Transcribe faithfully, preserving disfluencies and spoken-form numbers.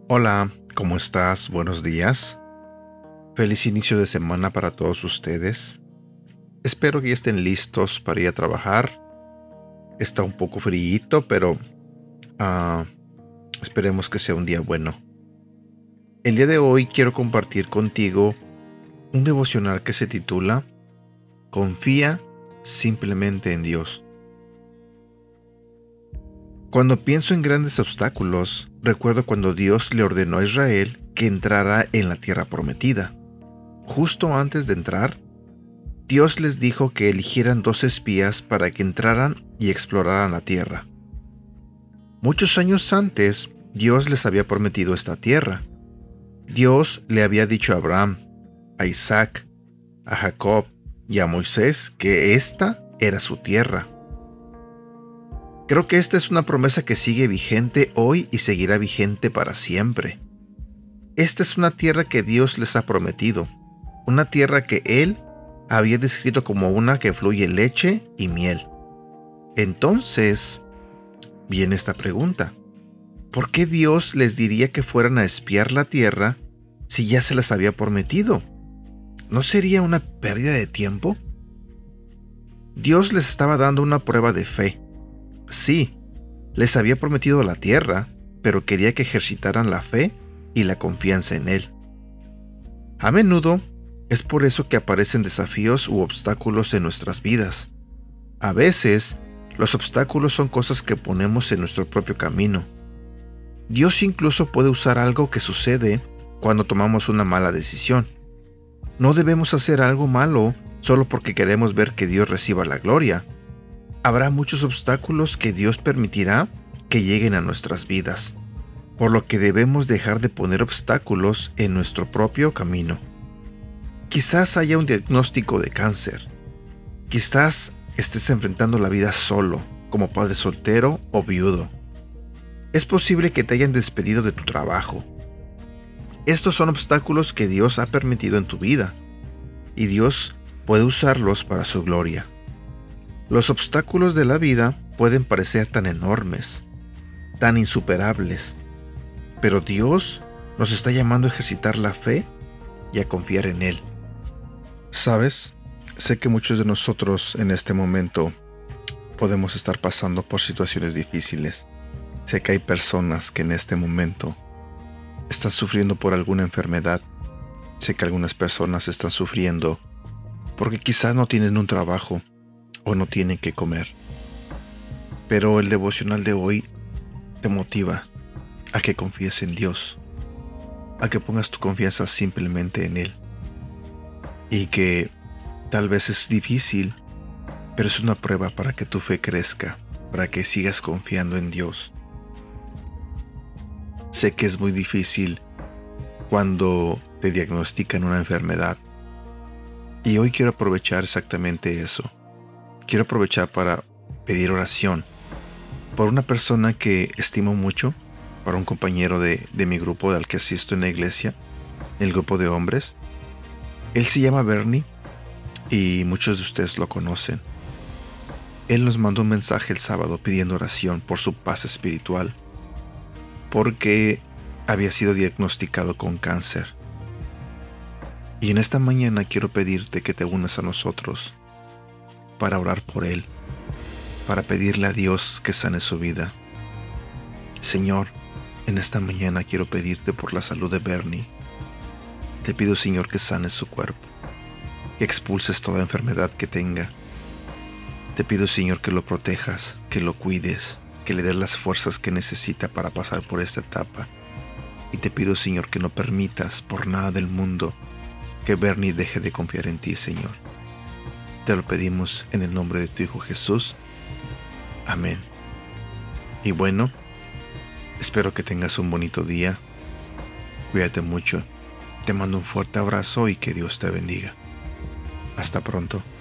Hola, ¿cómo estás? Buenos días. Feliz inicio de semana para todos ustedes. Espero que ya estén listos para ir a trabajar. Está un poco frío, pero ah, esperemos que sea un día bueno. El día de hoy quiero compartir contigo un devocional que se titula Confía simplemente en Dios. Cuando pienso en grandes obstáculos, recuerdo cuando Dios le ordenó a Israel que entrara en la tierra prometida. Justo antes de entrar, Dios les dijo que eligieran dos espías para que entraran y exploraran la tierra. Muchos años antes, Dios les había prometido esta tierra. Dios le había dicho a Abraham, a Isaac, a Jacob y a Moisés que esta era su tierra. Creo que esta es una promesa que sigue vigente hoy y seguirá vigente para siempre. Esta es una tierra que Dios les ha prometido, una tierra que Él había descrito como una que fluye leche y miel. Entonces, viene esta pregunta. ¿Por qué Dios les diría que fueran a espiar la tierra si ya se las había prometido? ¿No sería una pérdida de tiempo? Dios les estaba dando una prueba de fe. Sí, les había prometido la tierra, pero quería que ejercitaran la fe y la confianza en Él. A menudo, es por eso que aparecen desafíos u obstáculos en nuestras vidas. A veces, los obstáculos son cosas que ponemos en nuestro propio camino. Dios incluso puede usar algo que sucede cuando tomamos una mala decisión. No debemos hacer algo malo solo porque queremos ver que Dios reciba la gloria. Habrá muchos obstáculos que Dios permitirá que lleguen a nuestras vidas, por lo que debemos dejar de poner obstáculos en nuestro propio camino. Quizás haya un diagnóstico de cáncer. Quizás estés enfrentando la vida solo, como padre soltero o viudo. Es posible que te hayan despedido de tu trabajo. Estos son obstáculos que Dios ha permitido en tu vida, y Dios puede usarlos para su gloria. Los obstáculos de la vida pueden parecer tan enormes, tan insuperables, pero Dios nos está llamando a ejercitar la fe y a confiar en Él. ¿Sabes? Sé que muchos de nosotros en este momento podemos estar pasando por situaciones difíciles. Sé que hay personas que en este momento están sufriendo por alguna enfermedad. Sé que algunas personas están sufriendo porque quizás no tienen un trabajo o no tienen que comer. Pero el devocional de hoy te motiva a que confíes en Dios, a que pongas tu confianza simplemente en Él. Y que tal vez es difícil, pero es una prueba para que tu fe crezca, para que sigas confiando en Dios. Sé que es muy difícil cuando te diagnostican una enfermedad. Y hoy quiero aprovechar exactamente eso. Quiero aprovechar para pedir oración por una persona que estimo mucho, para un compañero de, de mi grupo al que asisto en la iglesia, el grupo de hombres. Él se llama Bernie y muchos de ustedes lo conocen. Él nos mandó un mensaje el sábado pidiendo oración por su paz espiritual, porque había sido diagnosticado con cáncer. Y en esta mañana quiero pedirte que te unas a nosotros para orar por él, para pedirle a Dios que sane su vida. Señor, en esta mañana quiero pedirte por la salud de Bernie. Te pido, Señor, que sanes su cuerpo, que expulses toda enfermedad que tenga. Te pido, Señor, que lo protejas, que lo cuides, que le des las fuerzas que necesita para pasar por esta etapa. Y te pido, Señor, que no permitas por nada del mundo que Bernie deje de confiar en ti, Señor. Te lo pedimos en el nombre de tu Hijo Jesús. Amén. Y bueno, espero que tengas un bonito día. Cuídate mucho. Te mando un fuerte abrazo y que Dios te bendiga. Hasta pronto.